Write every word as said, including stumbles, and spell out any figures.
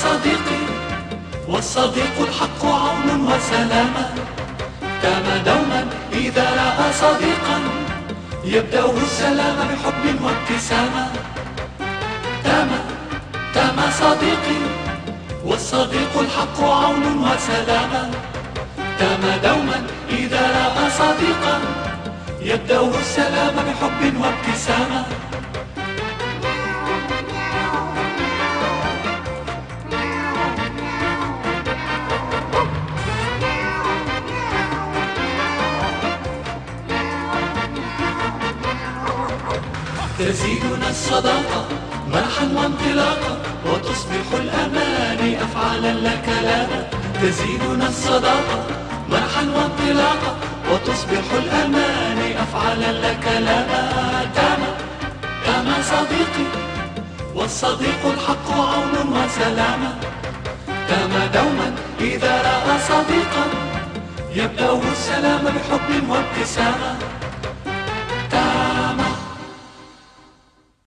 صديقي، والصديق الحق عون وسلامة. دام دوما إذا رأى صديقا يبدأ السلام بحب وابتسامة. دام دام صديقي، والصديق الحق عون وسلامة. دام دوما إذا رأى صديقا يبدأ السلام بحب وابتسامة. تزيدنا الصداقة مرحا وانطلاقا، وتصبح الأماني أفعالا لا كلاما. تزيدنا الصداقة مرحا وانطلاقا، وتصبح الأماني أفعالا لا كلاما. دام دام صديقي، والصديق الحق عون وسلامة. دام دوما إذا رأى صديقا يبدأ السلام بحب وابتسامة.